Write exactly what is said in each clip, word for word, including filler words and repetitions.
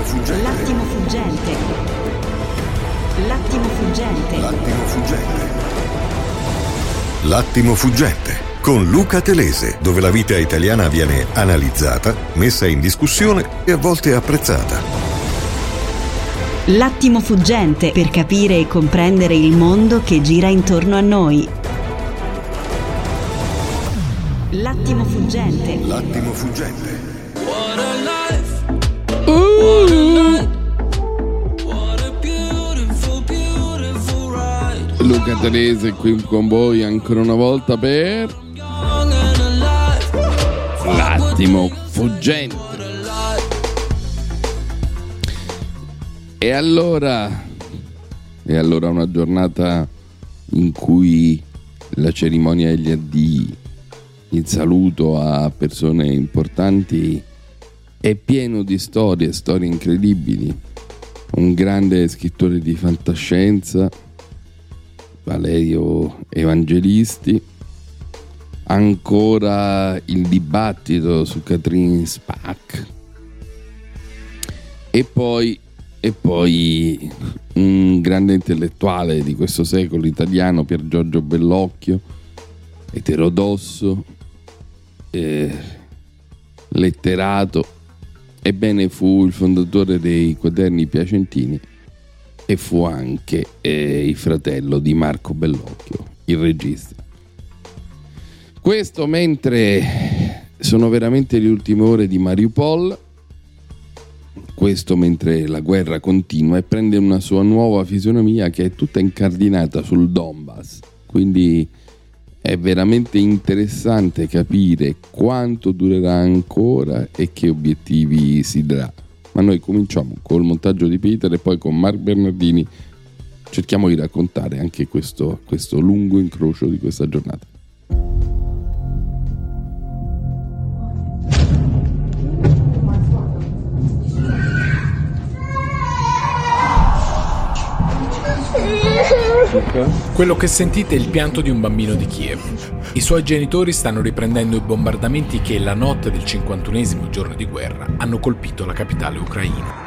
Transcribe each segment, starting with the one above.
L'attimo fuggente. L'attimo fuggente. L'attimo fuggente. L'attimo fuggente. L'attimo fuggente. Con Luca Telese, dove la vita italiana viene analizzata, messa in discussione e a volte apprezzata. L'attimo fuggente, per capire e comprendere il mondo che gira intorno a noi. L'attimo fuggente. L'attimo fuggente. What a life. What a night. What a beautiful, beautiful ride. Luca Telese qui con voi ancora una volta per L'attimo fuggente. E allora, e allora una giornata in cui la cerimonia degli addii, il saluto a persone importanti è pieno di storie, storie incredibili. Un grande scrittore di fantascienza, Valerio Evangelisti, ancora il dibattito su Catherine Spaak e poi e poi un grande intellettuale di questo secolo italiano, Pier Giorgio Bellocchio, eterodosso, eh, letterato, ebbene fu il fondatore dei Quaderni Piacentini e fu anche eh, il fratello di Marco Bellocchio, il regista. Questo mentre sono veramente le ultime ore di Mariupol, questo mentre la guerra continua e prende una sua nuova fisionomia che è tutta incardinata sul Donbass. Quindi è veramente interessante capire quanto durerà ancora e che obiettivi si darà. Ma noi cominciamo col montaggio di Peter e poi con Mark Bernardini cerchiamo di raccontare anche questo, questo lungo incrocio di questa giornata. Quello che sentite è il pianto di un bambino di Kiev. I suoi genitori stanno riprendendo i bombardamenti che la notte del cinquantunesimo giorno di guerra hanno colpito la capitale ucraina.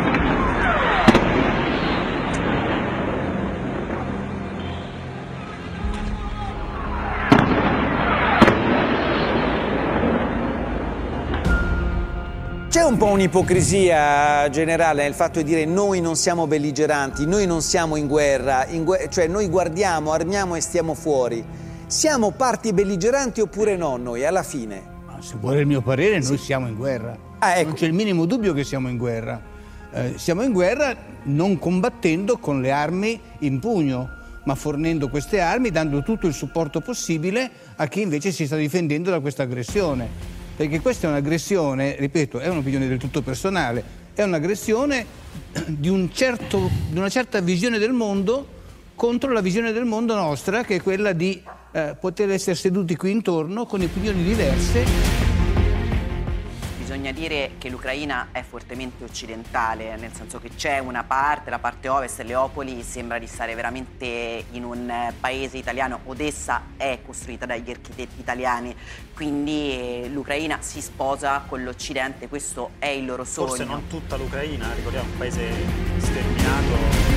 C'è un po' un'ipocrisia generale nel fatto di dire noi non siamo belligeranti, noi non siamo in guerra, in guerra, cioè noi guardiamo, armiamo e stiamo fuori. Siamo parti belligeranti oppure no noi alla fine? Ma se vuole il mio parere, sì. Noi siamo in guerra. Ah, ecco. Non c'è il minimo dubbio che siamo in guerra. Eh, siamo in guerra non combattendo con le armi in pugno, ma fornendo queste armi, dando tutto il supporto possibile a chi invece si sta difendendo da questa aggressione. Perché questa è un'aggressione, ripeto, è un'opinione del tutto personale, è un'aggressione di, un certo, di una certa visione del mondo contro la visione del mondo nostra, che è quella di eh, poter essere seduti qui intorno con opinioni diverse. Bisogna dire che l'Ucraina è fortemente occidentale, nel senso che c'è una parte, la parte ovest, Leopoli sembra di stare veramente in un paese italiano. Odessa è costruita dagli architetti italiani, quindi l'Ucraina si sposa con l'Occidente, questo è il loro sogno. Forse non tutta l'Ucraina, ricordiamo, un paese sterminato.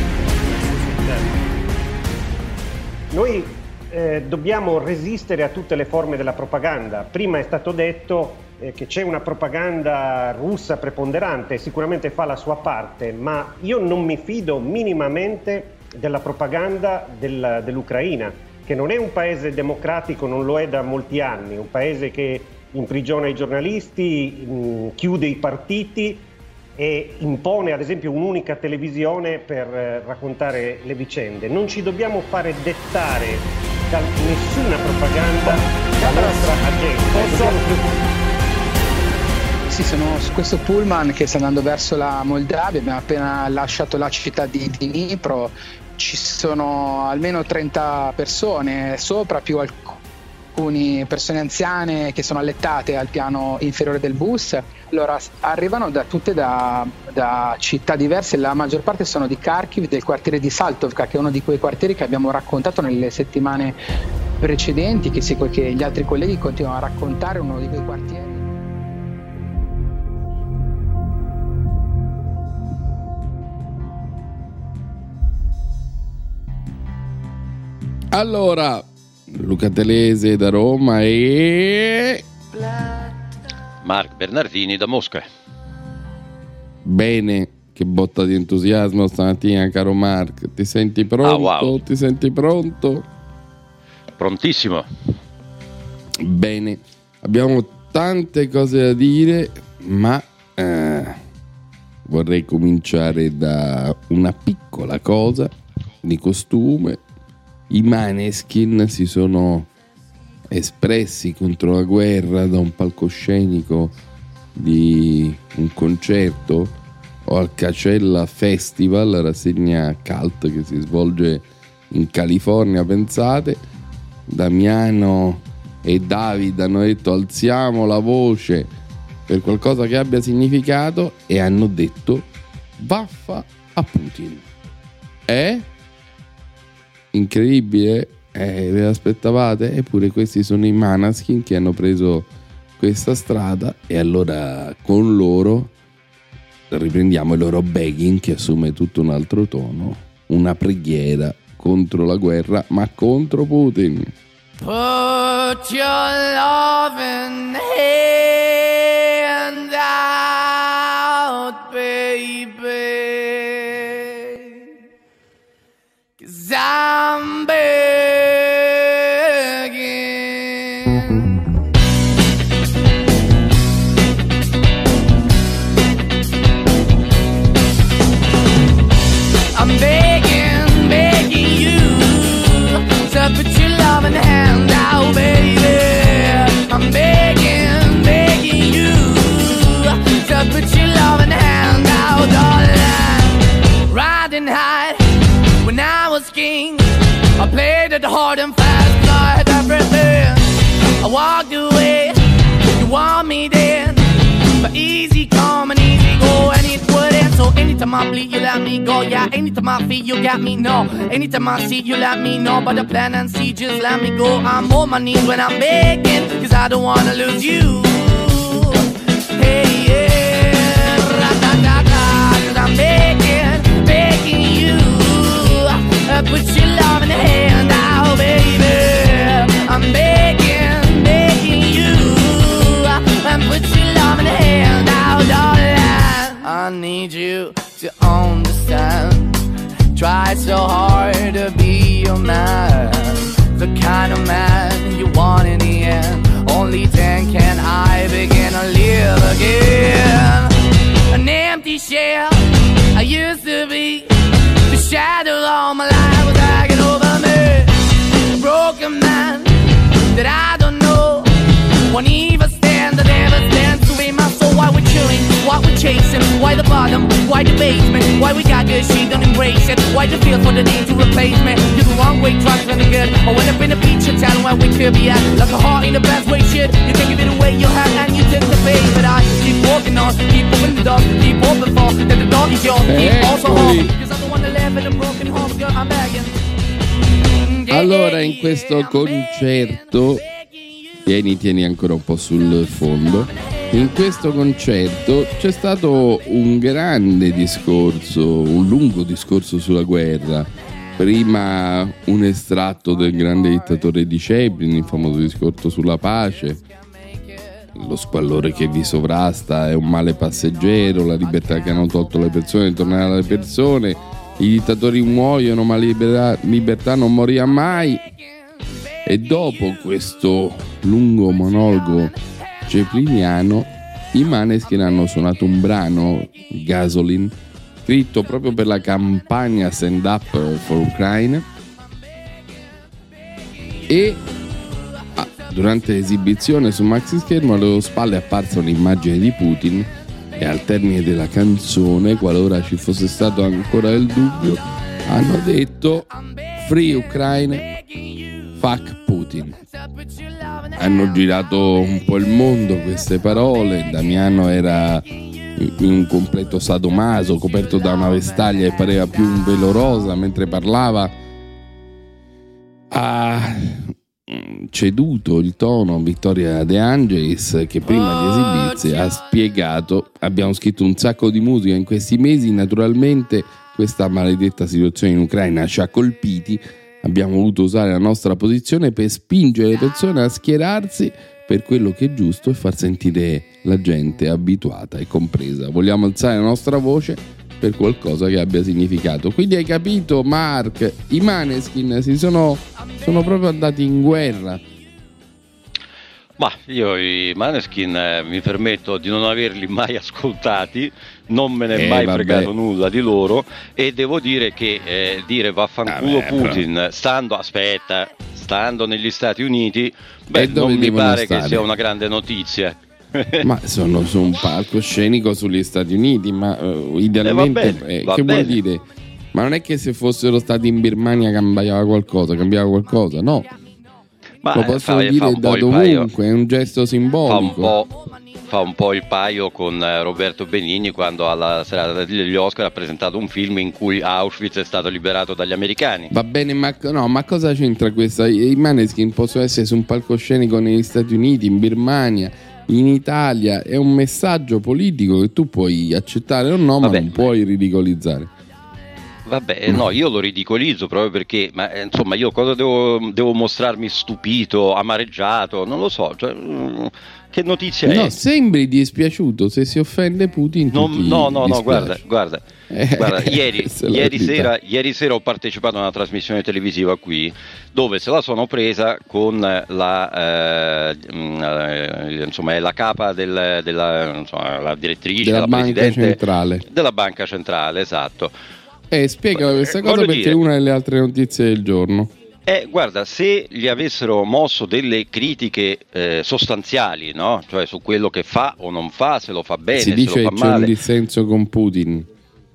Noi eh, dobbiamo resistere a tutte le forme della propaganda. Prima è stato detto che c'è una propaganda russa preponderante, sicuramente fa la sua parte, ma io non mi fido minimamente della propaganda del, dell'Ucraina, che non è un paese democratico, non lo è da molti anni, un paese che imprigiona i giornalisti, mh, chiude i partiti e impone ad esempio un'unica televisione per eh, raccontare le vicende. Non ci dobbiamo fare dettare da nessuna propaganda la nostra agenda. Sì, sono su questo pullman che sta andando verso la Moldavia, abbiamo appena lasciato la città di Dnipro, ci sono almeno trenta persone sopra, più alcune persone anziane che sono allettate al piano inferiore del bus. Allora arrivano da tutte da, da città diverse, la maggior parte sono di Kharkiv, del quartiere di Saltovka, che è uno di quei quartieri che abbiamo raccontato nelle settimane precedenti, che, sì, che gli altri colleghi continuano a raccontare, uno di quei quartieri. Allora, Luca Telese da Roma e Mark Bernardini da Mosca. Bene, che botta di entusiasmo stamattina, caro Mark. Ti senti pronto? Ah, wow. Ti senti pronto? Prontissimo. Bene, abbiamo tante cose da dire, ma eh, vorrei cominciare da una piccola cosa di costume. I Maneskin si sono espressi contro la guerra da un palcoscenico di un concerto o al Coachella Festival, rassegna cult che si svolge in California, pensate. Damiano e David hanno detto alziamo la voce per qualcosa che abbia significato e hanno detto vaffa a Putin. Eh? Incredibile? Eh, ve l'aspettavate? Eppure questi sono i Maneskin che hanno preso questa strada, e allora con loro riprendiamo il loro begging, che assume tutto un altro tono, una preghiera contro la guerra, ma contro Putin. Put your loving hand out, baby, 'cause I'm begging. I'm begging, begging you to put your loving hand out, baby. I'm begging, begging you to put your loving hand out, darling. Riding high when I was king, I played it hard and fast, 'cause I had everything. I walked away, you want me then, but easy come and easy go, and it wouldn't. So anytime I bleed, you let me go. Yeah, anytime I feel, you got me, no. Anytime I see, you let me know. But the plan and see, just let me go. I'm on my knees when I'm begging, 'cause I don't wanna lose you. Hey, yeah, ra-da-da-da, 'cause I'm begging, begging you, uh, put your love in the hand out, baby. I'm begging, begging you, uh, and put your love in the hand out, darling. I need you to understand. Try so hard to be your man, the kind of man you want in the end. Only then can I begin to live again. An empty shell I used to be, the shadow all my life was hanging over me. A broken man that I don't know, won't even stand, I never stand to be my soul. Why we're chilling, why we're chasing, why the bottom, why the basement, why we got good, she don't embrace it, why the feel for the need to replace me. You're the wrong way, trying to good. I went up in a feature town where we could be at, like a heart in the best way, shit. You can give it away, you have, and you take the bait. But I keep walking on, keep moving the dog, keep open for, that the dog is yours, keep also home, 'cause I don't wanna live in a broken home, girl, I'm begging. Allora, in questo concerto, tieni, tieni ancora un po' sul fondo. In questo concerto c'è stato un grande discorso, un lungo discorso sulla guerra. Prima un estratto del grande dittatore di Chaplin, il famoso discorso sulla pace. Lo squallore che vi sovrasta è un male passeggero, la libertà che hanno tolto le persone tornerà alle persone, i dittatori muoiono ma la libertà non morirà mai. E dopo questo lungo monologo chapliniano, i Maneskin hanno suonato un brano, Gasoline, scritto proprio per la campagna Stand Up for Ukraine, e ah, durante l'esibizione su maxi schermo alle loro spalle è apparsa un'immagine di Putin, e al termine della canzone, qualora ci fosse stato ancora il dubbio, hanno detto Free Ukraine, fuck Putin. Hanno girato un po' il mondo queste parole. Damiano era in un completo sadomaso, coperto da una vestaglia che pareva più un velo rosa mentre parlava. Ha ceduto il tono Vittoria De Angelis, che prima di esibirsi ha spiegato: abbiamo scritto un sacco di musica in questi mesi, naturalmente questa maledetta situazione in Ucraina ci ha colpiti, abbiamo voluto usare la nostra posizione per spingere le persone a schierarsi per quello che è giusto e far sentire la gente abituata e compresa. Vogliamo alzare la nostra voce per qualcosa che abbia significato. Quindi hai capito, Mark, i Maneskin si sono, sono proprio andati in guerra. Ma io i Maneskin eh, mi permetto di non averli mai ascoltati, non me ne è eh, mai vabbè. fregato nulla di loro, e devo dire che eh, dire vaffanculo Vabbè, Putin però. stando aspetta stando negli Stati Uniti, beh, E dove non mi devono pare stare? che sia una grande notizia. Ma sono su un palcoscenico sugli Stati Uniti, ma uh, idealmente Eh, va bene, eh, va che bene. vuol dire? Ma non è che se fossero stati in Birmania cambiava qualcosa, cambiava qualcosa, no. Ma Lo eh, possono fa, fa dire un da po' il paio, dovunque, è un gesto fa un simbolico. po', fa un po' il paio con eh, Roberto Benigni quando alla serata degli Oscar ha presentato un film in cui Auschwitz è stato liberato dagli americani. Va bene, ma, no, ma cosa c'entra questa? I Maneskin possono essere su un palcoscenico negli Stati Uniti, in Birmania, in Italia. È un messaggio politico che tu puoi accettare o no, ma Vabbè. non puoi ridicolizzare. Vabbè, no, io lo ridicolizzo proprio perché, ma eh, insomma, io cosa devo, devo mostrarmi stupito, amareggiato, non lo so, cioè, mm, che notizia No, è? sembri dispiaciuto. Se si offende Putin, tu Non- ti no, no, no, dispiaci. guarda, guarda, Eh, guarda, ieri, questa è la ieri, verità. sera, ieri sera ho partecipato a una trasmissione televisiva qui dove se la sono presa con la, eh, mm, eh, insomma, è la capa del, della, insomma, la direttrice, Della la Banca presidente Centrale. della Banca Centrale, esatto. Eh, spiega questa cosa voglio perché dire- è una delle altre notizie del giorno. Eh, guarda, se gli avessero mosso delle critiche eh, sostanziali, no? Cioè su quello che fa o non fa, se lo fa bene, si se dice lo che fa c'è un male. dissenso con Putin.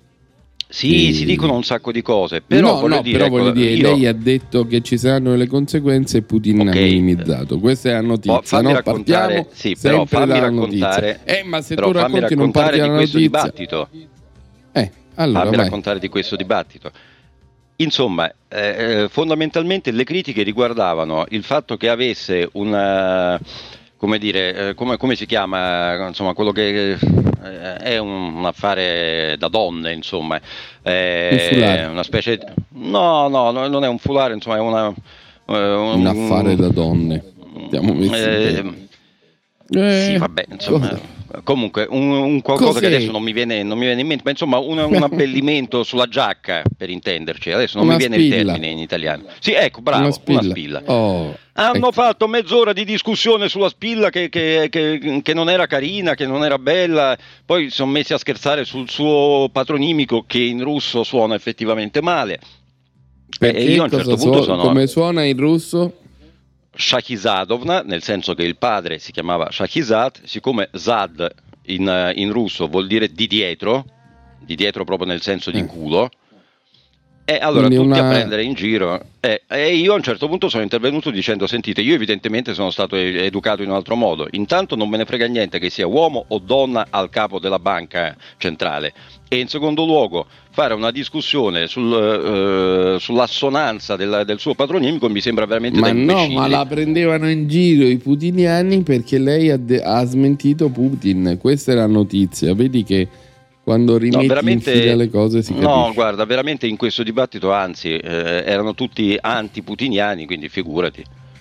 Sì, Eh, si dicono un sacco di cose, però no, voglio no, dire, però voglio ecco, dire, io- lei ha detto che ci saranno delle conseguenze e Putin Ok. ha minimizzato. Questa è la notizia, Oh, fammi no? raccontare, Partiamo sì, però sempre fammi dalla raccontare, notizia. Eh, ma se però tu fammi racconti non raccontare parti di dalla questo notizia. dibattito. Eh, allora Fammi vai. raccontare di questo dibattito. Insomma, eh, eh, fondamentalmente le critiche riguardavano il fatto che avesse una, come dire, eh, come, come si chiama, insomma, quello che eh, è un, un affare da donne, insomma, eh, Un foulard. una specie, no, no, no, non è un foulard, insomma, è una, eh, un, Un affare da donne. Siamo messi eh, bene. Eh, sì, vabbè, insomma, cosa? comunque un, un qualcosa Cos'è? che adesso non mi viene, non mi viene in mente, ma insomma un, un abbellimento sulla giacca, per intenderci, adesso non Una mi viene spilla. il termine in italiano. Sì, ecco, bravo, Una una spilla. spilla. Oh, Hanno ecco. fatto mezz'ora di discussione sulla spilla che, che- che- che non era carina, che non era bella, poi si sono messi a scherzare sul suo patronimico che in russo suona effettivamente male. Perché e io a un cosa certo suo- punto sono... come suona in russo? Shahizadovna, nel senso che il padre si chiamava Shahizad, siccome Zad in, eh, in russo vuol dire di dietro, di dietro proprio nel senso di Eh. culo, e allora Quindi tutti una- a prendere in giro, eh, e io a un certo punto sono intervenuto dicendo: sentite, io evidentemente sono stato e- educato in un altro modo, intanto non me ne frega niente che sia uomo o donna al capo della banca centrale, e in secondo luogo fare una discussione sul, eh, sull'assonanza del, del suo patronimico mi sembra veramente Ma da no, imbecilli. ma la prendevano in giro i putiniani perché lei ha, de- ha smentito Putin. Questa è la notizia. Vedi che quando rimetti in veramente- fila le cose si capisce. No, guarda, veramente in questo dibattito, anzi, eh, erano tutti anti-putiniani, quindi figurati.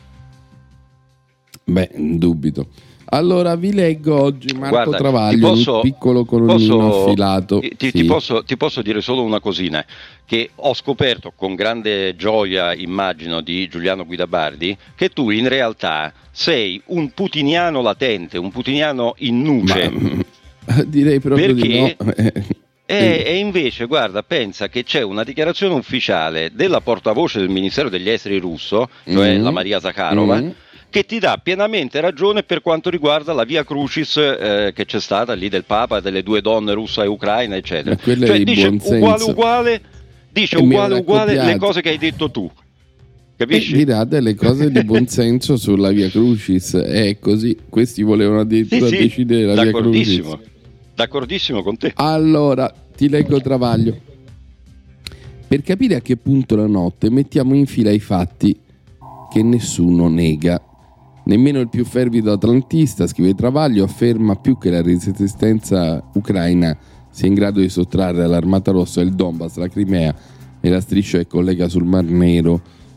Beh, dubito. Allora vi leggo oggi Marco Guarda, Travaglio, ti posso- un piccolo colonnino posso- affilato. Ti, ti- Sì. ti posso, ti posso dire solo una cosina, che ho scoperto con grande gioia, immagino, di Giuliano Guidabardi, che tu in realtà sei un putiniano latente, un putiniano in nuce. Ma, direi proprio di Perché? no. E, e invece, guarda, pensa che c'è una dichiarazione ufficiale della portavoce del Ministero degli Esteri russo, cioè Mm. la Maria Zakharova, Mm. che ti dà pienamente ragione per quanto riguarda la via crucis eh, che c'è stata lì del Papa, delle due donne russa e ucraina, eccetera. Ma quella è Cioè di dice buon uguale senso. uguale, dice E mi uguale era uguale le copiato. cose che hai detto tu. E Capisci? dirà delle cose di buon senso sulla via Crucis. È così. Questi volevano Sì, addirittura sì, decidere la via Crucis. d'accordissimo. D'accordissimo con te. Allora, ti leggo Travaglio. Per capire a che punto la notte mettiamo in fila i fatti che nessuno nega. Nemmeno il più fervido atlantista, scrive Travaglio, afferma più che la resistenza ucraina sia in grado di sottrarre all'Armata Rossa il Donbass, la Crimea e la striscia che collega sul Mar Nero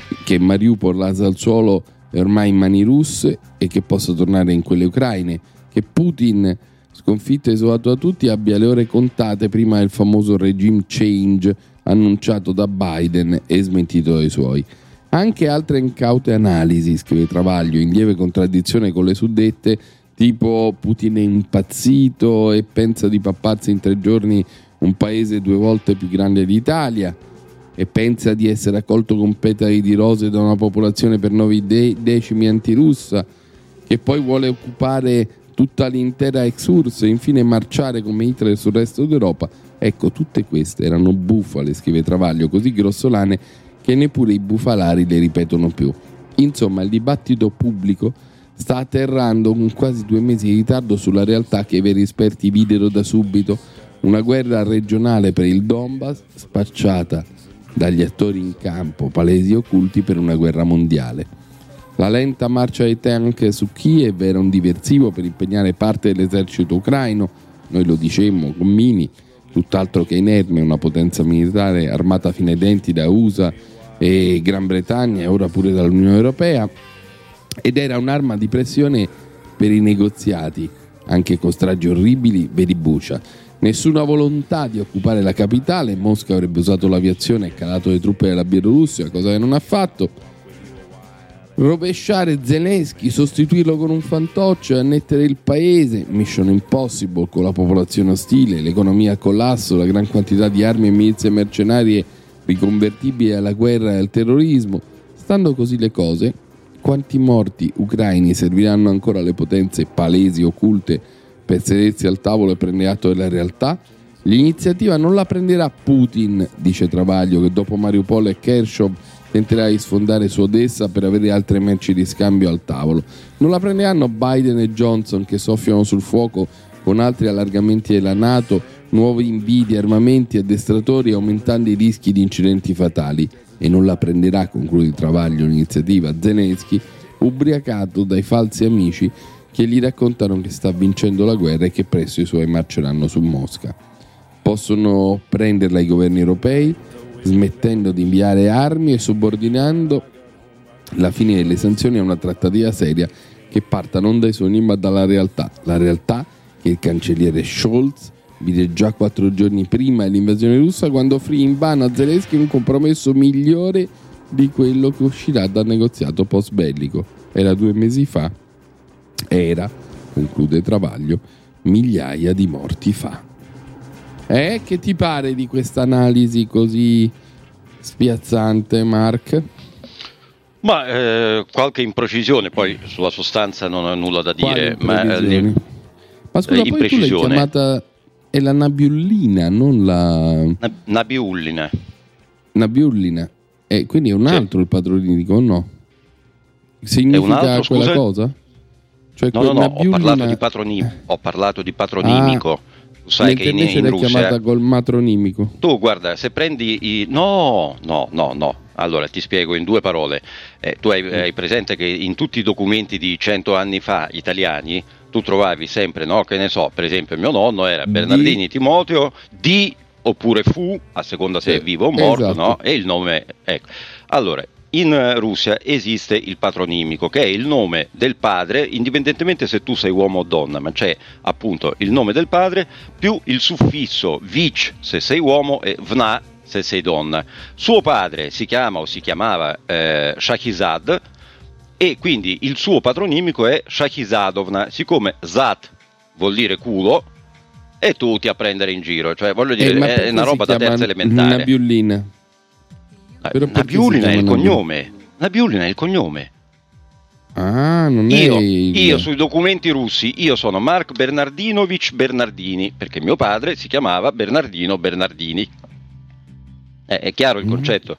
che Mariupol rasa al suolo è ormai in mani russe e che possa tornare in quelle ucraine, che Putin, sconfitto e isolato da tutti, abbia le ore contate prima del famoso regime change annunciato da Biden e smentito dai suoi. Anche altre incaute analisi, scrive Travaglio, in lieve contraddizione con le suddette, tipo Putin è impazzito e pensa di papparsi in tre giorni un paese due volte più grande d'Italia e pensa di essere accolto con petali di rose da una popolazione per nove de- decimi antirussa, che poi vuole occupare tutta l'intera ex-URSS e infine marciare come Hitler sul resto d'Europa. Ecco, tutte queste erano bufale, scrive Travaglio, così grossolane che neppure i bufalari le ripetono più. Insomma, il dibattito pubblico sta atterrando con quasi due mesi di ritardo sulla realtà che i veri esperti videro da subito: una guerra regionale per il Donbass spacciata dagli attori in campo, palesi e occulti, per una guerra mondiale. La lenta marcia dei tank su Kiev era un diversivo per impegnare parte dell'esercito ucraino, noi lo dicemmo con Mini, tutt'altro che inerme, una potenza militare armata fino ai denti da U S A e Gran Bretagna e ora pure dall'Unione Europea, ed era un'arma di pressione per i negoziati, anche con stragi orribili, vedi Bucha. Nessuna volontà di occupare la capitale, Mosca avrebbe usato l'aviazione e calato le truppe della Bielorussia, cosa che non ha fatto. Rovesciare Zelensky, sostituirlo con un fantoccio e annettere il paese, mission impossible, con la popolazione ostile, l'economia a collasso, la gran quantità di armi e milizie mercenarie riconvertibili alla guerra e al terrorismo. Stando così le cose, quanti morti ucraini serviranno ancora alle potenze palesi occulte per sedersi al tavolo e prendere atto della realtà? L'iniziativa non la prenderà Putin, dice Travaglio, che dopo Mariupol e Kherson tenterà di sfondare su Odessa per avere altre merci di scambio al tavolo. Non la prenderanno Biden e Johnson, che soffiano sul fuoco con altri allargamenti della NATO, nuovi invii di armamenti e addestratori, aumentando i rischi di incidenti fatali. E non la prenderà, conclude Travaglio, l'iniziativa Zelensky, ubriacato dai falsi amici che gli raccontano che sta vincendo la guerra e che presto i suoi marceranno su Mosca. Possono prenderla i governi europei, smettendo di inviare armi e subordinando la fine delle sanzioni a una trattativa seria che parta non dai sogni ma dalla realtà. La realtà che il cancelliere Scholz vide già quattro giorni prima dell'invasione russa, quando offrì in vano a Zelensky un compromesso migliore di quello che uscirà dal negoziato post bellico. Era due mesi fa, era, conclude Travaglio, migliaia di morti fa. Eh, che ti pare di questa analisi così spiazzante, Mark? Ma eh, qualche imprecisione, poi sulla sostanza non ho nulla da dire. Ma, eh, ma scusa, poi tu l'hai chiamata, è la Nabiullina, non la... Na- Nabiullina. Nabiullina. E quindi è un altro sì. Il patronimico, o no? Significa altro, quella scusa? Cosa? Cioè, no, no, no, Nabiullina... ho parlato di patronimico. Ho parlato di patronimico. Ah. Sai che in, in l'hai Russia chiamata col matronimico. Tu guarda, se prendi i no, no, no, no. Allora ti spiego in due parole. Eh, tu hai, hai presente che in tutti i documenti di cento anni fa italiani tu trovavi sempre, no, che ne so, per esempio il mio nonno era Bernardini di... Timoteo di oppure fu, a seconda se sì, è vivo o morto, esatto. No? E il nome, ecco. Allora, in Russia esiste il patronimico, che è il nome del padre, indipendentemente se tu sei uomo o donna, ma c'è appunto il nome del padre più il suffisso vich se sei uomo e vna se sei donna. Suo padre si chiama o si chiamava eh, Shahizad e quindi il suo patronimico è Shahizadovna, siccome Zat vuol dire culo e tutti a prendere in giro, cioè voglio dire eh, è una roba da terza elementare. Nabiullina. Nabiullina è il cognome. Nabiullina è il cognome. Ah, non è io, il... io sui documenti russi io sono Mark Bernardinovich Bernardini, perché mio padre si chiamava Bernardino Bernardini. Eh, è chiaro il concetto?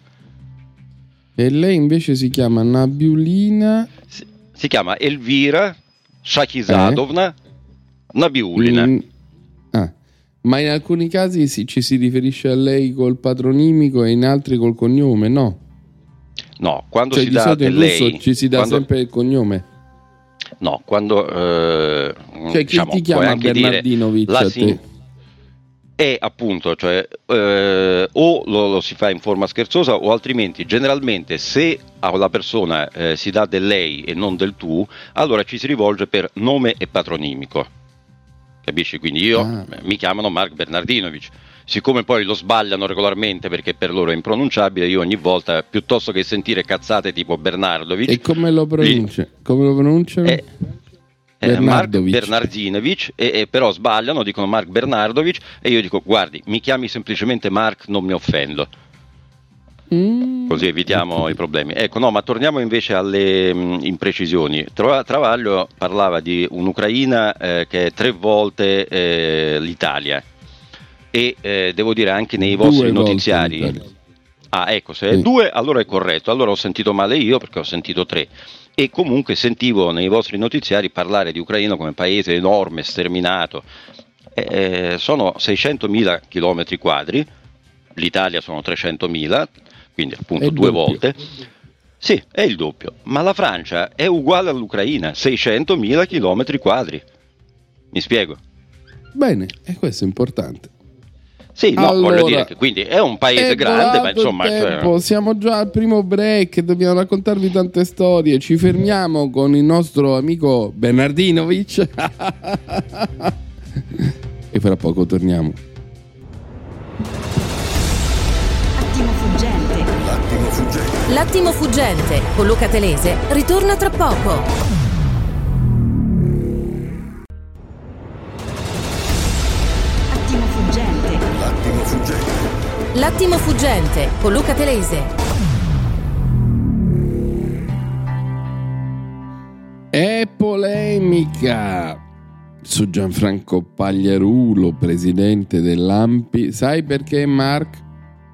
E lei invece si chiama Nabiullina. Si, si chiama Elvira Shahizadovna eh? Nabiullina. Mm. Ah. Ma in alcuni casi si, ci si riferisce a lei col patronimico e in altri col cognome, no? No, quando cioè, si di dà solito in russo lei, ci si dà quando, sempre il cognome. No, quando eh, cioè chi diciamo, ti chiama Bernardinovic la a sin- te? è appunto, cioè, eh, o lo, lo si fa in forma scherzosa o altrimenti generalmente se alla persona eh, si dà del lei e non del tu, allora ci si rivolge per nome e patronimico, capisci? Quindi io ah. mi chiamano Mark Bernardinovic, siccome poi lo sbagliano regolarmente perché per loro è impronunciabile, io ogni volta piuttosto che sentire cazzate tipo Bernardovic. E come lo pronuncia? Li... come lo pronunciano? Eh, Eh, Mark Bernardinovic e, e però sbagliano, dicono Mark Bernardovic e io dico guardi, mi chiami semplicemente Mark, non mi offendo, mm. così evitiamo i problemi. Ecco, no, ma torniamo invece alle mh, imprecisioni. Tra- Travaglio parlava di un'Ucraina eh, che è tre volte eh, l'Italia e eh, devo dire anche nei vostri due notiziari ah ecco, se è sì. due allora è corretto, allora ho sentito male io perché ho sentito tre. E comunque sentivo nei vostri notiziari parlare di Ucraina come paese enorme, sterminato. Eh, sono seicentomila chilometri quadri, l'Italia sono trecentomila, quindi appunto due doppio. volte. Sì, è il doppio, ma la Francia è uguale all'Ucraina, seicentomila chilometri quadri. Mi spiego? Bene, e questo è importante. Sì, no, allora, voglio dire che quindi è un paese grande, ma insomma... Cioè... Siamo già al primo break, dobbiamo raccontarvi tante storie, ci fermiamo con il nostro amico Bernardinovic e fra poco torniamo. Attimo fuggente. L'attimo fuggente. L'attimo fuggente con Luca Telese ritorna tra poco. L'attimo fuggente con Luca Telese. È polemica su Gianfranco Pagliarulo, presidente dell'A M P I. Sai perché, Mark?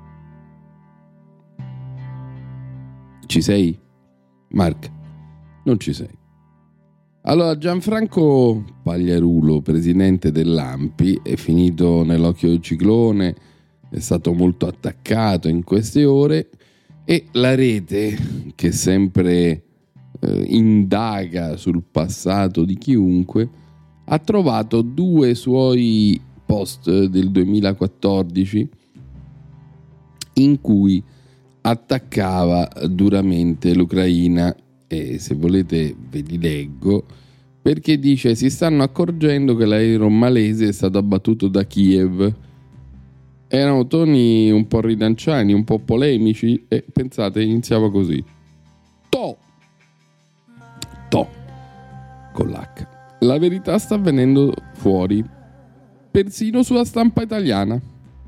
Ci sei? Mark? Non ci sei. Allora, Gianfranco Pagliarulo, presidente dell'A M P I, è finito nell'occhio del ciclone, è stato molto attaccato in queste ore e la rete, che sempre eh, indaga sul passato di chiunque, ha trovato due suoi post del duemilaquattordici in cui attaccava duramente l'Ucraina e se volete ve li leggo, perché dice: si stanno accorgendo che l'aereo malese è stato abbattuto da Kiev. Erano toni un po' ridanciani, un po' polemici e pensate, iniziava così: To To con l'H. La verità sta venendo fuori persino sulla stampa italiana.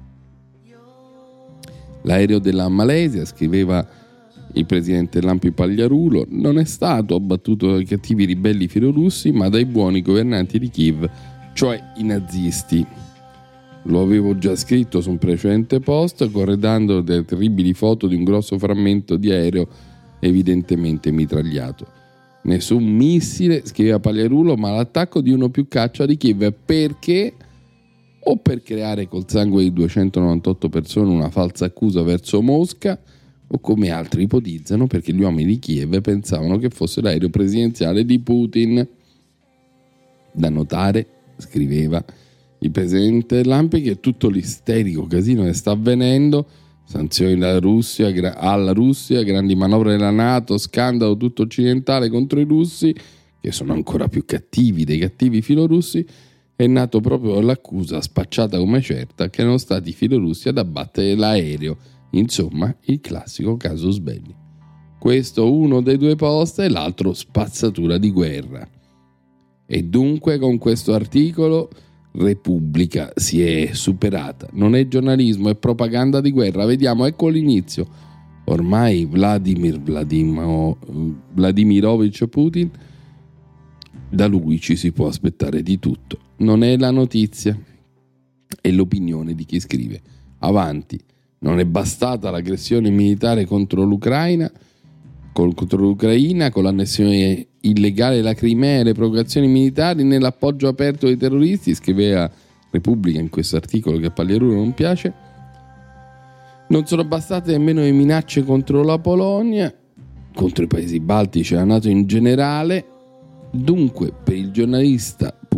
L'aereo della Malesia, scriveva il presidente dell'A M P I Pagliarulo, non è stato abbattuto dai cattivi ribelli filorussi ma dai buoni governanti di Kiev, cioè i nazisti. Lo avevo già scritto su un precedente post, corredando delle terribili foto di un grosso frammento di aereo evidentemente mitragliato. Nessun missile, scriveva Pagliarulo, ma l'attacco di uno più caccia di Kiev. Perché? O per creare col sangue di duecentonovantotto persone una falsa accusa verso Mosca, o come altri ipotizzano perché gli uomini di Kiev pensavano che fosse l'aereo presidenziale di Putin. Da notare, scriveva il presidente dell'A M P I, che tutto l'isterico casino che sta avvenendo, sanzioni dalla Russia, gra- alla Russia, grandi manovre della NATO, scandalo tutto occidentale contro i russi, che sono ancora più cattivi dei cattivi filorussi, è nato proprio dall'accusa spacciata come certa che erano stati i filorussi ad abbattere l'aereo. Insomma, il classico casus belli. Questo uno dei due post e l'altro spazzatura di guerra. E dunque con questo articolo Repubblica si è superata. Non è giornalismo, è propaganda di guerra. Vediamo, ecco l'inizio. Ormai Vladimir Vladimiro, Vladimirovich Putin, da lui ci si può aspettare di tutto. Non è la notizia, è l'opinione di chi scrive. Avanti. Non è bastata l'aggressione militare contro l'Ucraina, contro l'Ucraina con l'annessione illegale della Crimea e le provocazioni militari nell'appoggio aperto ai terroristi, scriveva Repubblica in questo articolo che a Pagliarulo non piace. Non sono bastate nemmeno le minacce contro la Polonia, contro i paesi baltici e la NATO in generale. Dunque, per il giornalista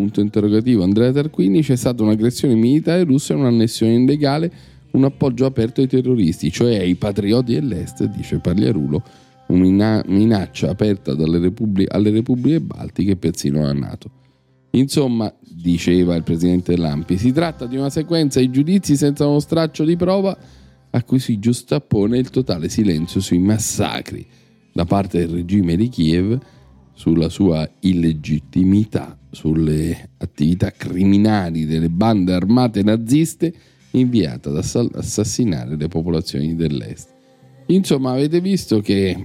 punto interrogativo Andrea Tarquini, c'è stata un'aggressione militare russa e un'annessione illegale, un appoggio aperto ai terroristi, cioè ai patrioti dell'est, dice Pagliarulo, una minaccia aperta dalle Repubbli- alle repubbliche baltiche e persino alla NATO. Insomma, diceva il presidente Lampi, si tratta di una sequenza di giudizi senza uno straccio di prova a cui si giustappone il totale silenzio sui massacri da parte del regime di Kiev, sulla sua illegittimità, sulle attività criminali delle bande armate naziste inviate ad assassinare le popolazioni dell'est. Insomma, avete visto che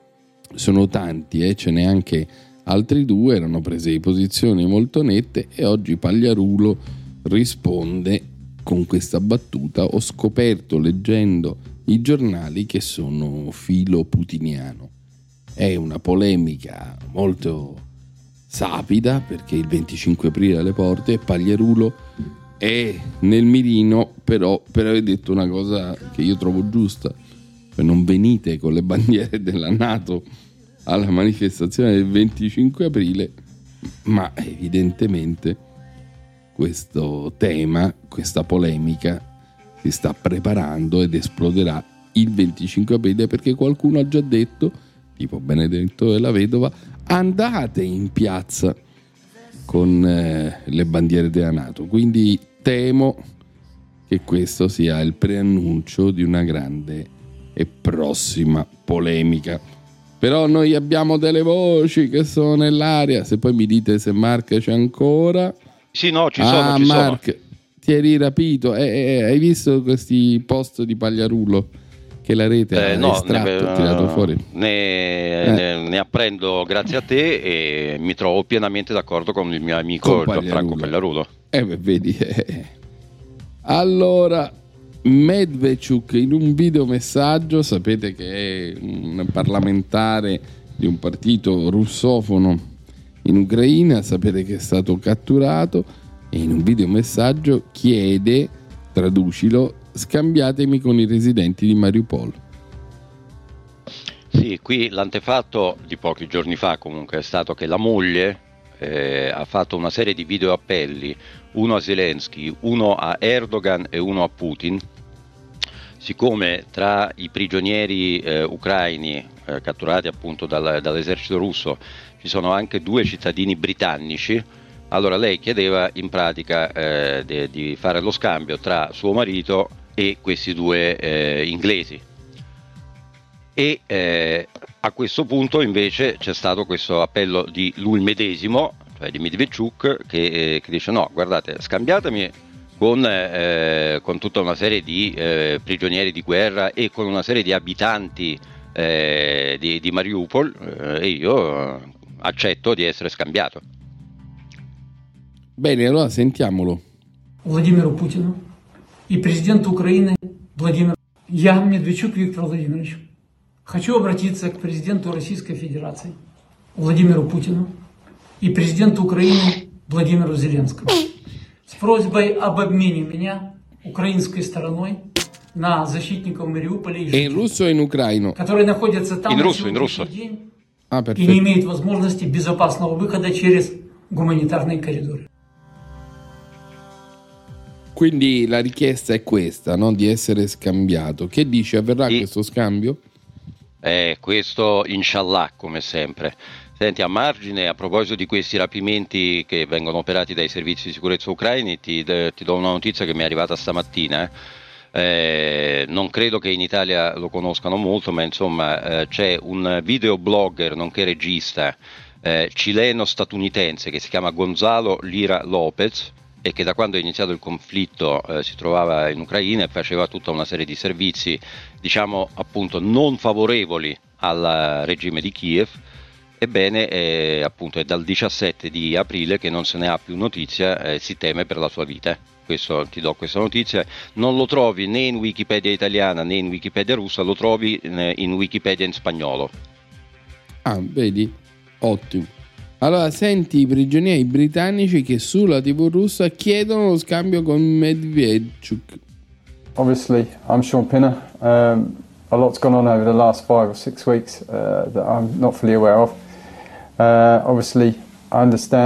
sono tanti, eh? Ce n'è anche altri due, erano prese di posizioni molto nette e oggi Pagliarulo risponde con questa battuta: ho scoperto leggendo i giornali che sono filo putiniano. È una polemica molto sapida perché il venticinque aprile alle porte e Pagliarulo è nel mirino, però per aver detto una cosa che io trovo giusta: non venite con le bandiere della NATO alla manifestazione del venticinque aprile, ma evidentemente questo tema, questa polemica si sta preparando ed esploderà il venticinque aprile, perché qualcuno ha già detto, tipo Benedetto della Vedova, andate in piazza con eh, le bandiere della NATO. Quindi temo che questo sia il preannuncio di una grande e prossima polemica. Però noi abbiamo delle voci che sono nell'aria. Se poi mi dite se Mark c'è ancora. Sì, no, ci sono, ah, ci Mark, sono. ti eri rapito. Eh, eh, hai visto questi post di Pagliarulo che la rete eh, ha no, estratto, ne, ha tirato fuori? Ne, eh. ne, ne apprendo grazie a te e mi trovo pienamente d'accordo con il mio amico Gianfranco Pagliarulo. Eh, beh, vedi. Eh. Allora, Medvedchuk in un videomessaggio, sapete che è un parlamentare di un partito russofono in Ucraina, sapete che è stato catturato e in un videomessaggio chiede, traducilo, scambiatemi con i residenti di Mariupol. Sì, qui l'antefatto di pochi giorni fa comunque è stato che la moglie eh, ha fatto una serie di video appelli, uno a Zelensky, uno a Erdogan e uno a Putin, siccome tra i prigionieri eh, ucraini eh, catturati appunto dal, dall'esercito russo ci sono anche due cittadini britannici, allora lei chiedeva in pratica eh, de, di fare lo scambio tra suo marito e questi due eh, inglesi. E eh, a questo punto invece c'è stato questo appello di lui medesimo, cioè di Medvedchuk, che, eh, che dice no, guardate, scambiatemi con, eh, con tutta una serie di eh, prigionieri di guerra e con una serie di abitanti eh, di, di Mariupol eh, e io accetto di essere scambiato. Bene, allora sentiamolo. Владимиру Путину и президенту Украины Владимиру. Я, Медведчук Виктор Владимирович, хочу обратиться к президенту Российской Федерации Владимиру Путину и президенту Украины Владимиру Зеленскому с просьбой об обмене меня украинской стороной на защитников Мариуполя и жителей, in russo o in ucraino? которые находятся там in на russo, in сегодняшний russo. день ah, и не имеют возможности безопасного выхода через гуманитарные коридоры. Quindi la richiesta è questa, no? Di essere scambiato. Che dici, avverrà sì. questo scambio? Eh, questo inshallah, come sempre. Senti, a margine, a proposito di questi rapimenti che vengono operati dai servizi di sicurezza ucraini, ti, ti do una notizia che mi è arrivata stamattina. Eh. Eh, non credo che in Italia lo conoscano molto, ma insomma eh, c'è un videoblogger, nonché regista, eh, cileno-statunitense che si chiama Gonzalo Lira Lopez, e che da quando è iniziato il conflitto eh, si trovava in Ucraina e faceva tutta una serie di servizi, diciamo appunto non favorevoli al regime di Kiev. Ebbene, eh, appunto è dal diciassette di aprile che non se ne ha più notizia, eh, si teme per la sua vita. Questo, ti do questa notizia, non lo trovi né in Wikipedia italiana né in Wikipedia russa, lo trovi in, in Wikipedia in spagnolo. Ah, vedi? Ottimo. Allora, senti i prigionieri britannici che sulla tivù russa chiedono lo scambio con Medvedchuk. Obviously, I'm Sean Pinner. Um, a lot's gone on over the last five or six weeks uh, that I'm not fully aware of. Uh, obviously, I understand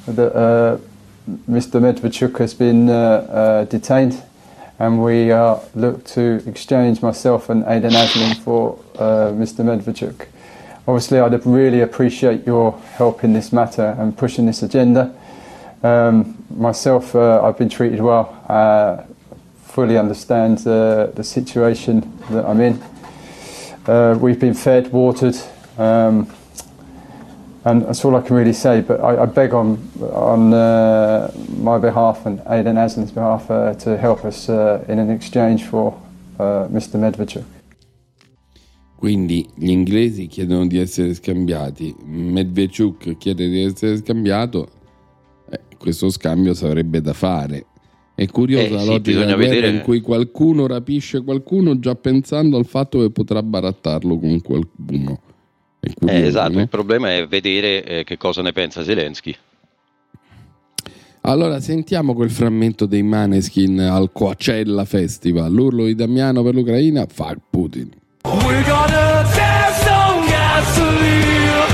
that uh, Mister Medvedchuk has been uh, uh, detained, and we uh, look to exchange myself and Aiden Aslin for uh, Mister Medvedchuk. Obviously, I'd really appreciate your help in this matter and pushing this agenda. Um, myself, uh, I've been treated well. Uh, fully understand uh, the situation that I'm in. Uh, we've been fed, watered, um, and that's all I can really say. But I, I beg on on uh, my behalf and Aiden Aslin's behalf uh, to help us uh, in an exchange for uh, Mister Medvedchuk. Quindi gli inglesi chiedono di essere scambiati, Medvedchuk chiede di essere scambiato, eh, questo scambio sarebbe da fare. È curiosa eh, la sì, logica della guerra vedere... in cui qualcuno rapisce qualcuno già pensando al fatto che potrà barattarlo con qualcuno. È curioso, eh, esatto, no? Il problema è vedere eh, che cosa ne pensa Zelensky. Allora sentiamo quel frammento dei Maneskin al Coachella Festival, l'urlo di Damiano per l'Ucraina, fuck Putin. We're gonna dance on gasoline.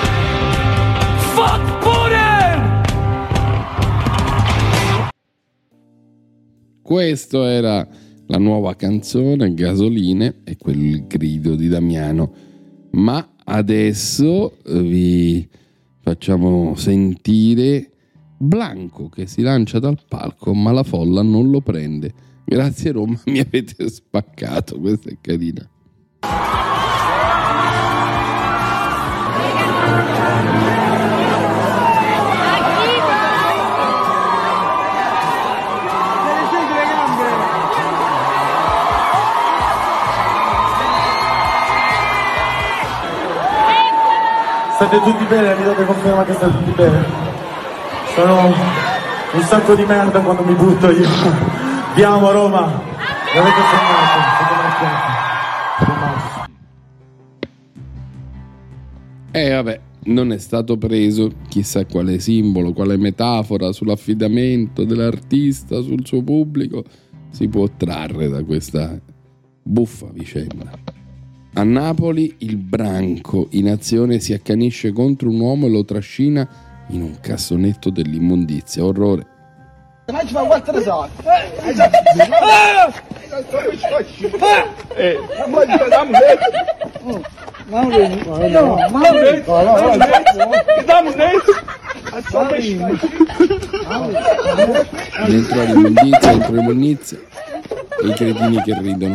Fuck Putin. Questo era la nuova canzone, Gasoline, e quel grido di Damiano. Ma adesso vi facciamo sentire Blanco che si lancia dal palco, ma la folla non lo prende. Grazie Roma, mi avete spaccato, questa è carina. State tutti bene? Mi date conferma che state tutti bene? Sono un sacco di merda quando mi butto io. Vi amo Roma, mi avete fermato, siete marchiati. Eh vabbè, non è stato preso chissà quale simbolo, quale metafora sull'affidamento dell'artista sul suo pubblico si può trarre da questa buffa vicenda. A Napoli il branco in azione si accanisce contro un uomo e lo trascina in un cassonetto dell'immondizia. Orrore. Dentro all'immondizia, dentro l'immondizia e i cretini che ridono.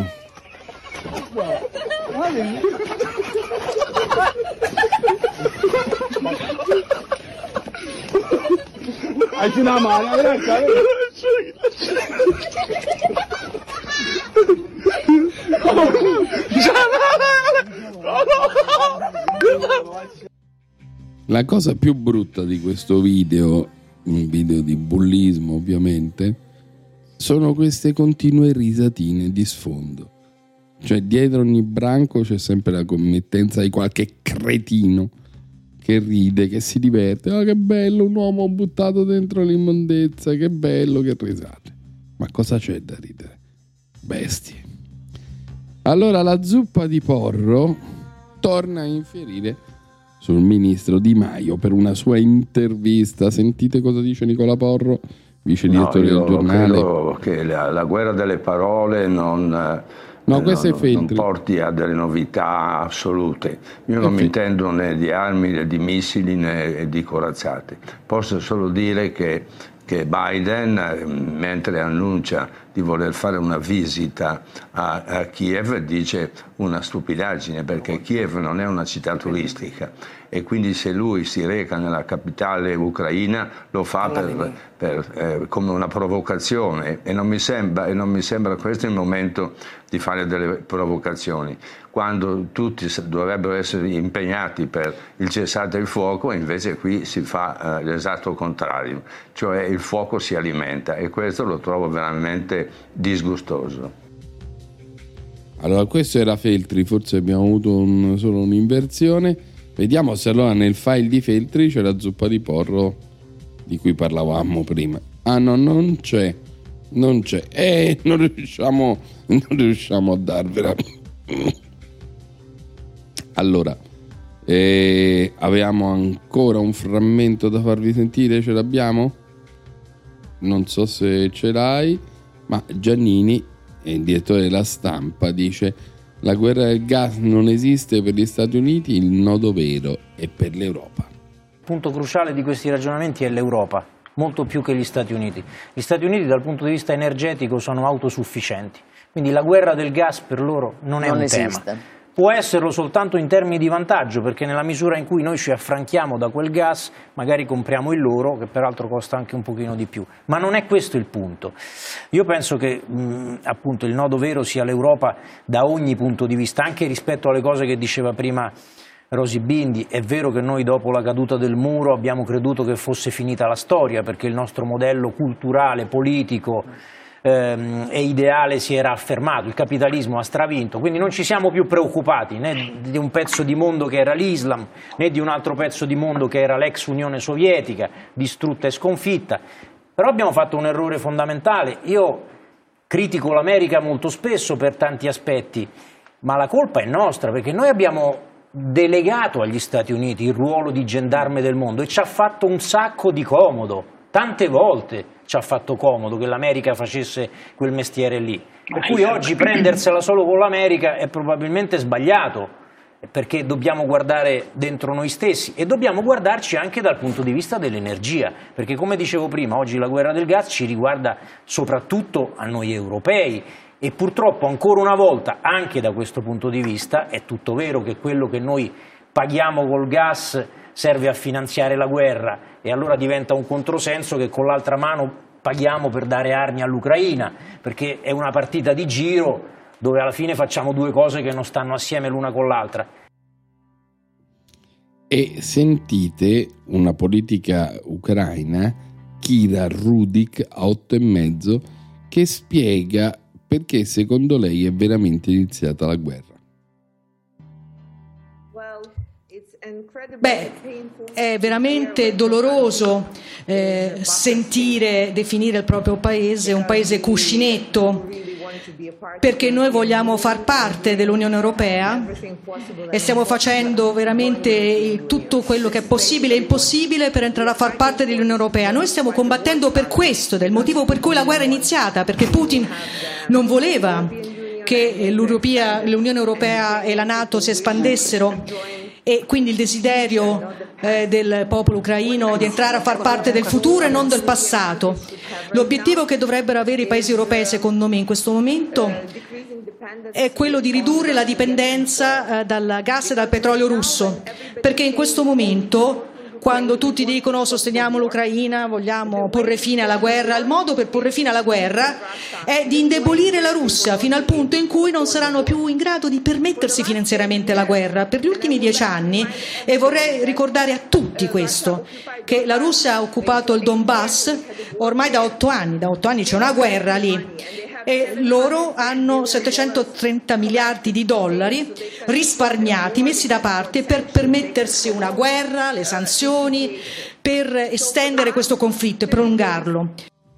La cosa più brutta di questo video, un video di bullismo ovviamente, sono queste continue risatine di sfondo. Cioè dietro ogni branco c'è sempre la committenza di qualche cretino che ride, che si diverte. Ah, che bello, un uomo buttato dentro l'immondezza, che bello, che risate. Ma cosa c'è da ridere? Bestie. Allora la zuppa di Porro torna a infierire sul ministro Di Maio per una sua intervista. Sentite cosa dice Nicola Porro, vice direttore no, del giornale. Credo che la, la guerra delle parole non... No, questo non, è Feltri. Non porti a delle novità assolute. Io non mi intendo né di armi, né di missili, né di corazzate. Posso solo dire che, che Biden, mentre annuncia di voler fare una visita a, a Kiev, dice una stupidaggine, perché Kiev non è una città turistica e quindi se lui si reca nella capitale ucraina lo fa per, per, eh, come una provocazione e non, mi sembra, e non mi sembra questo il momento di fare delle provocazioni, quando tutti dovrebbero essere impegnati per il cessate il fuoco, invece qui si fa eh, l'esatto contrario, cioè il fuoco si alimenta e questo lo trovo veramente disgustoso. Allora questo era Feltri, forse abbiamo avuto un, solo un'inversione. Vediamo se allora nel file di Feltri c'è la zuppa di Porro di cui parlavamo prima. Ah no, non c'è, non c'è. Eh, non riusciamo, non riusciamo a darvela. Allora, E avevamo ancora un frammento da farvi sentire, ce l'abbiamo? Non so se ce l'hai, ma Giannini, il direttore della Stampa, dice: la guerra del gas non esiste per gli Stati Uniti, il nodo vero è per l'Europa. Il punto cruciale di questi ragionamenti è l'Europa, molto più che gli Stati Uniti. Gli Stati Uniti dal punto di vista energetico sono autosufficienti, quindi la guerra del gas per loro non è non un esiste. tema. Può esserlo soltanto in termini di vantaggio, perché nella misura in cui noi ci affranchiamo da quel gas, magari compriamo il loro, che peraltro costa anche un pochino di più. Ma non è questo il punto. Io penso che mh, appunto il nodo vero sia l'Europa da ogni punto di vista, anche rispetto alle cose che diceva prima Rosy Bindi. È vero che noi dopo la caduta del muro abbiamo creduto che fosse finita la storia, perché il nostro modello culturale, politico ehm, e ideale si era affermato, il capitalismo ha stravinto, quindi non ci siamo più preoccupati né di un pezzo di mondo che era l'Islam, né di un altro pezzo di mondo che era l'ex Unione Sovietica, distrutta e sconfitta. Però abbiamo fatto un errore fondamentale. Io critico l'America molto spesso per tanti aspetti, ma la colpa è nostra, perché noi abbiamo delegato agli Stati Uniti il ruolo di gendarme del mondo e ci ha fatto un sacco di comodo, tante volte ci ha fatto comodo che l'America facesse quel mestiere lì, per cui oggi prendersela solo con l'America è probabilmente sbagliato, perché dobbiamo guardare dentro noi stessi e dobbiamo guardarci anche dal punto di vista dell'energia, perché come dicevo prima, oggi la guerra del gas ci riguarda soprattutto a noi europei. E purtroppo ancora una volta, anche da questo punto di vista, è tutto vero che quello che noi paghiamo col gas serve a finanziare la guerra e allora diventa un controsenso che con l'altra mano paghiamo per dare armi all'Ucraina, perché è una partita di giro dove alla fine facciamo due cose che non stanno assieme l'una con l'altra. E sentite una politica ucraina, Kira Rudik, a otto e mezzo, che spiega perché secondo lei è veramente iniziata la guerra. Beh, è veramente doloroso eh, sentire definire il proprio paese un paese cuscinetto, perché noi vogliamo far parte dell'Unione Europea e stiamo facendo veramente tutto quello che è possibile e impossibile per entrare a far parte dell'Unione Europea. Noi stiamo combattendo per questo, ed è il motivo per cui la guerra è iniziata, perché Putin non voleva che l'Unione Europea e la NATO si espandessero, e quindi il desiderio eh, del popolo ucraino di entrare a far parte del futuro e non del passato. L'obiettivo che dovrebbero avere i paesi europei, secondo me, in questo momento è quello di ridurre la dipendenza eh, dal gas e dal petrolio russo, perché in questo momento, quando tutti dicono sosteniamo l'Ucraina, vogliamo porre fine alla guerra, il modo per porre fine alla guerra è di indebolire la Russia fino al punto in cui non saranno più in grado di permettersi finanziariamente la guerra. Per gli ultimi dieci anni, e vorrei ricordare a tutti questo, che la Russia ha occupato il Donbass ormai da otto anni, da otto anni c'è una guerra lì. E loro hanno settecentotrenta miliardi di dollari risparmiati, messi da parte per permettersi una guerra, le sanzioni, per estendere questo conflitto e prolungarlo.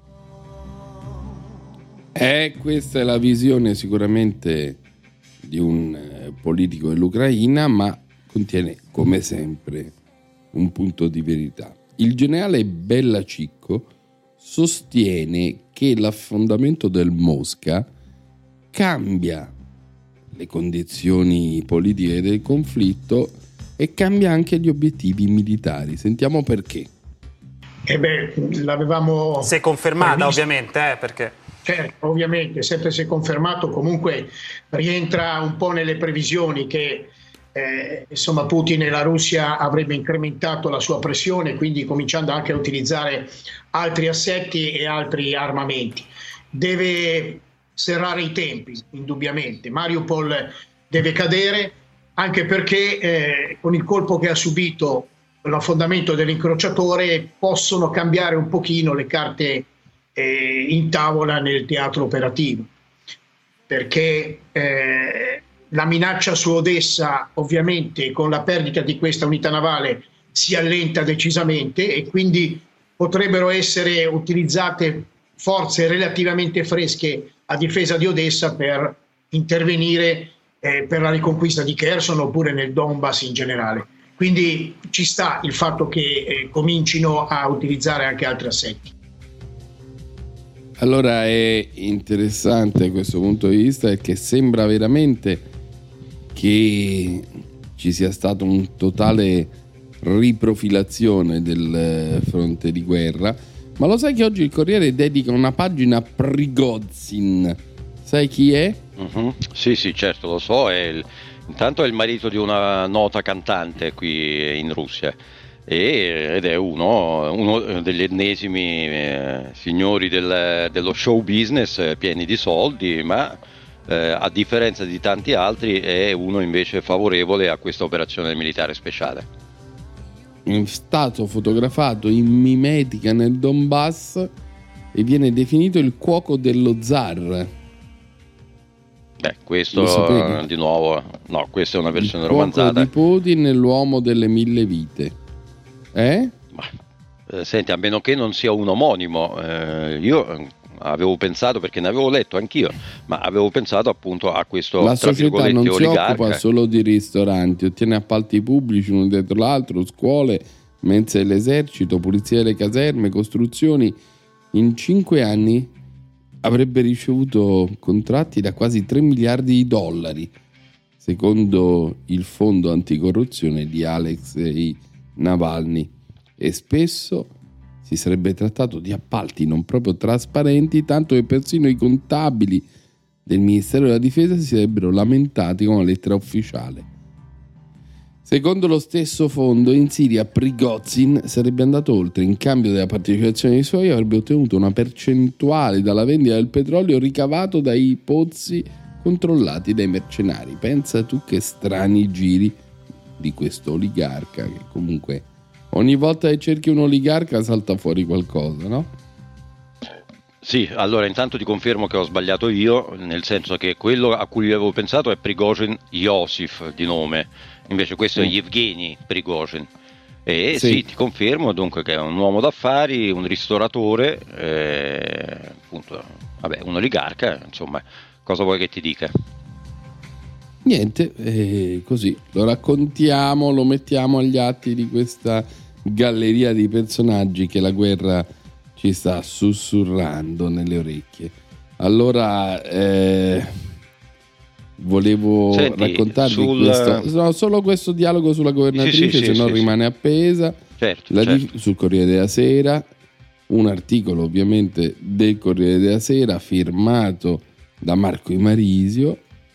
Eh, questa è la visione sicuramente di un eh, politico dell'Ucraina, ma contiene come sempre un punto di verità. Il generale Bella Cicco sostiene che l'affondamento del Mosca cambia le condizioni politiche del conflitto e cambia anche gli obiettivi militari. Sentiamo perché. Eh beh, l'avevamo... Se confermata, previsto. ovviamente, eh, perché... Certo, ovviamente, sempre se confermato, comunque rientra un po' nelle previsioni che eh, insomma Putin e la Russia avrebbe incrementato la sua pressione, quindi cominciando anche a utilizzare altri assetti e altri armamenti. Deve serrare i tempi, indubbiamente. Mariupol deve cadere, anche perché eh, con il colpo che ha subito l'affondamento dell'incrociatore possono cambiare un pochino le carte eh, in tavola nel teatro operativo, perché eh, la minaccia su Odessa, ovviamente con la perdita di questa unità navale, si allenta decisamente e quindi potrebbero essere utilizzate forze relativamente fresche a difesa di Odessa per intervenire eh, per la riconquista di Kherson oppure nel Donbass in generale. Quindi ci sta il fatto che eh, comincino a utilizzare anche altri assetti. Allora è interessante questo punto di vista, perché sembra veramente che ci sia stato un totale riprofilazione del fronte di guerra. Ma lo sai che oggi il Corriere dedica una pagina a Prigozhin? Sai chi è? Uh-huh. Sì, sì, certo, lo so. È il, intanto è il marito di una nota cantante qui in Russia e, ed è uno, uno degli ennesimi eh, signori del, dello show business, eh, pieni di soldi, ma eh, a differenza di tanti altri è uno invece favorevole a questa operazione militare speciale. È stato fotografato in mimetica nel Donbass e viene definito il cuoco dello zar. Beh, questo di nuovo, no, questa è una versione il romanzata. Di Putin è l'uomo delle mille vite. Eh? Ma, eh, senti, a meno che non sia un omonimo, eh, io avevo pensato, perché ne avevo letto anch'io, ma avevo pensato appunto a questo, la tra società virgolette, non si oligarca. occupa solo di ristoranti, ottiene appalti pubblici uno dietro l'altro, scuole, mense dell'esercito, pulizia delle caserme, costruzioni. In cinque anni avrebbe ricevuto contratti da quasi tre miliardi di dollari, secondo il fondo anticorruzione di Alexei Navalny, e spesso si sarebbe trattato di appalti non proprio trasparenti, tanto che persino i contabili del Ministero della Difesa si sarebbero lamentati con una lettera ufficiale. Secondo lo stesso fondo, in Siria Prigozhin sarebbe andato oltre. In cambio della partecipazione dei suoi avrebbe ottenuto una percentuale dalla vendita del petrolio ricavato dai pozzi controllati dai mercenari. Pensa tu che strani giri di questo oligarca, che comunque ogni volta che cerchi un oligarca salta fuori qualcosa, no? Sì, allora intanto ti confermo che ho sbagliato io, nel senso che quello a cui avevo pensato è Prigozhin Iosif di nome, invece questo mm. è Yevgeny Prigozhin. E sì. sì, ti confermo dunque che è un uomo d'affari, un ristoratore, eh, appunto, vabbè, un oligarca, insomma, cosa vuoi che ti dica? Niente, eh, così lo raccontiamo, lo mettiamo agli atti di questa galleria di personaggi che la guerra ci sta sussurrando nelle orecchie. Allora, eh, volevo Senti, raccontarvi sul... questo, no, solo questo dialogo sulla governatrice, sì, sì, se sì, no sì, rimane sì. appesa, certo, la, certo. sul Corriere della Sera, un articolo ovviamente del Corriere della Sera firmato da Marco Imarisio.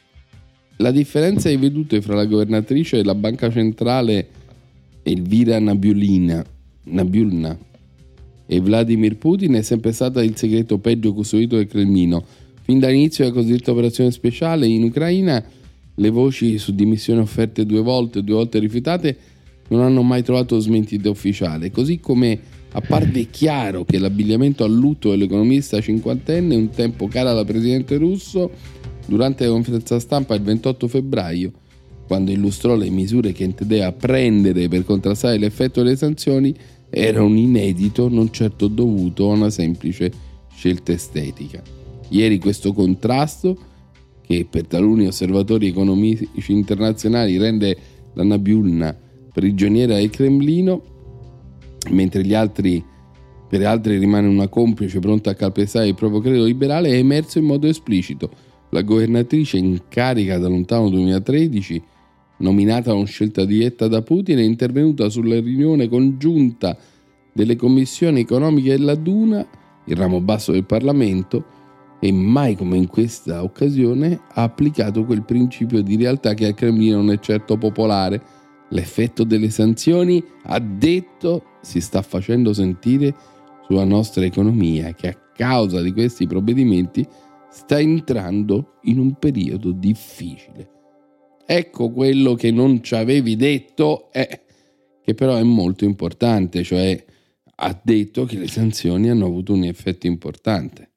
La differenza di vedute fra la governatrice e la banca centrale Elvira Nabiulina, Nabiulna e Vladimir Putin è sempre stata il segreto peggio custodito del Cremlino. Fin dall'inizio della cosiddetta operazione speciale in Ucraina, le voci su dimissioni offerte due volte, due volte rifiutate, non hanno mai trovato smentita ufficiale. Così come apparve chiaro che l'abbigliamento a lutto dell'economista cinquantenne, un tempo cara alla presidente russo, durante la conferenza stampa il ventotto febbraio, quando illustrò le misure che intendeva prendere per contrastare l'effetto delle sanzioni, era un inedito non certo dovuto a una semplice scelta estetica. Ieri questo contrasto, che per taluni osservatori economici internazionali rende la Nabiulna prigioniera del Cremlino, mentre gli altri, per altri rimane una complice pronta a calpestare il proprio credo liberale, è emerso in modo esplicito. La governatrice in carica dal lontano duemilatredici, nominata con scelta diretta da Putin, è intervenuta sulla riunione congiunta delle commissioni economiche della Duma, il ramo basso del Parlamento, e mai come in questa occasione ha applicato quel principio di realtà che al Cremlino non è certo popolare. L'effetto delle sanzioni, ha detto, si sta facendo sentire sulla nostra economia, che a causa di questi provvedimenti sta entrando in un periodo difficile. Ecco quello che non ci avevi detto, eh, che però è molto importante, cioè ha detto che le sanzioni hanno avuto un effetto importante.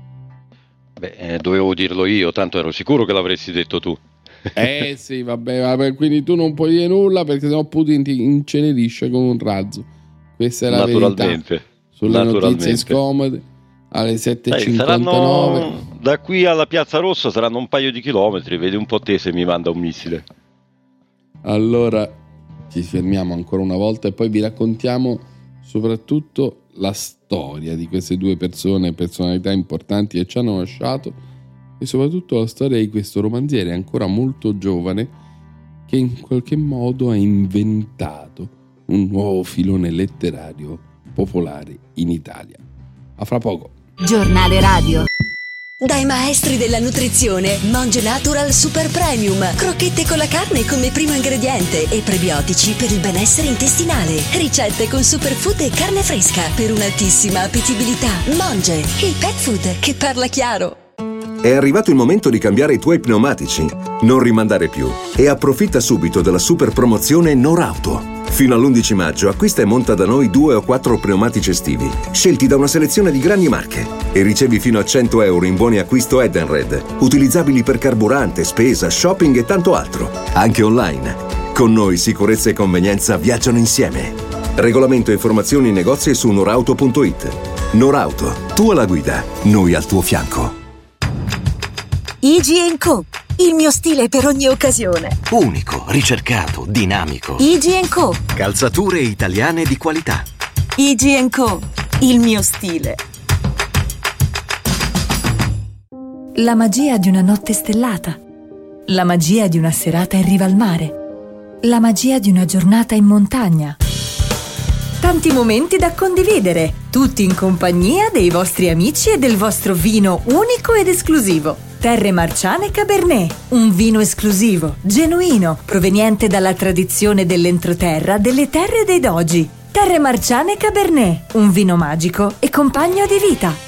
Beh, eh, dovevo dirlo io, tanto ero sicuro che l'avresti detto tu. Eh sì, vabbè, vabbè, quindi tu non puoi dire nulla perché sennò Putin ti incenerisce con un razzo. Questa è la Naturalmente. verità. Sulle Naturalmente. notizie scomode alle sette e Dai, cinquantanove. saranno, da qui alla Piazza Rossa saranno un paio di chilometri, vedi un po' te se mi manda un missile. Allora, ci fermiamo ancora una volta e poi vi raccontiamo soprattutto la storia di queste due persone, personalità importanti che ci hanno lasciato, e soprattutto la storia di questo romanziere ancora molto giovane che in qualche modo ha inventato un nuovo filone letterario popolare in Italia. A fra poco. Giornale radio. Dai maestri della nutrizione, Monge Natural Super Premium, crocchette con la carne come primo ingrediente e prebiotici per il benessere intestinale, ricette con superfood e carne fresca per un'altissima appetibilità. Monge, il pet food che parla chiaro. È arrivato il momento di cambiare i tuoi pneumatici. Non rimandare più e approfitta subito della super promozione Norauto. Fino all'undici maggio acquista e monta da noi due o quattro pneumatici estivi, scelti da una selezione di grandi marche, e ricevi fino a cento euro in buoni acquisto Edenred, utilizzabili per carburante, spesa, shopping e tanto altro, anche online. Con noi sicurezza e convenienza viaggiano insieme. Regolamento e informazioni in negozi su norauto punto it. Norauto, tu alla guida, noi al tuo fianco. I G and Co, il mio stile per ogni occasione. Unico, ricercato, dinamico. I G and Co. Calzature italiane di qualità. I G and Co, il mio stile. La magia di una notte stellata. La magia di una serata in riva al mare. La magia di una giornata in montagna. Tanti momenti da condividere, tutti in compagnia dei vostri amici e del vostro vino unico ed esclusivo. Terre Marciane Cabernet, un vino esclusivo, genuino, proveniente dalla tradizione dell'entroterra delle terre dei Dogi. Terre Marciane Cabernet, un vino magico e compagno di vita.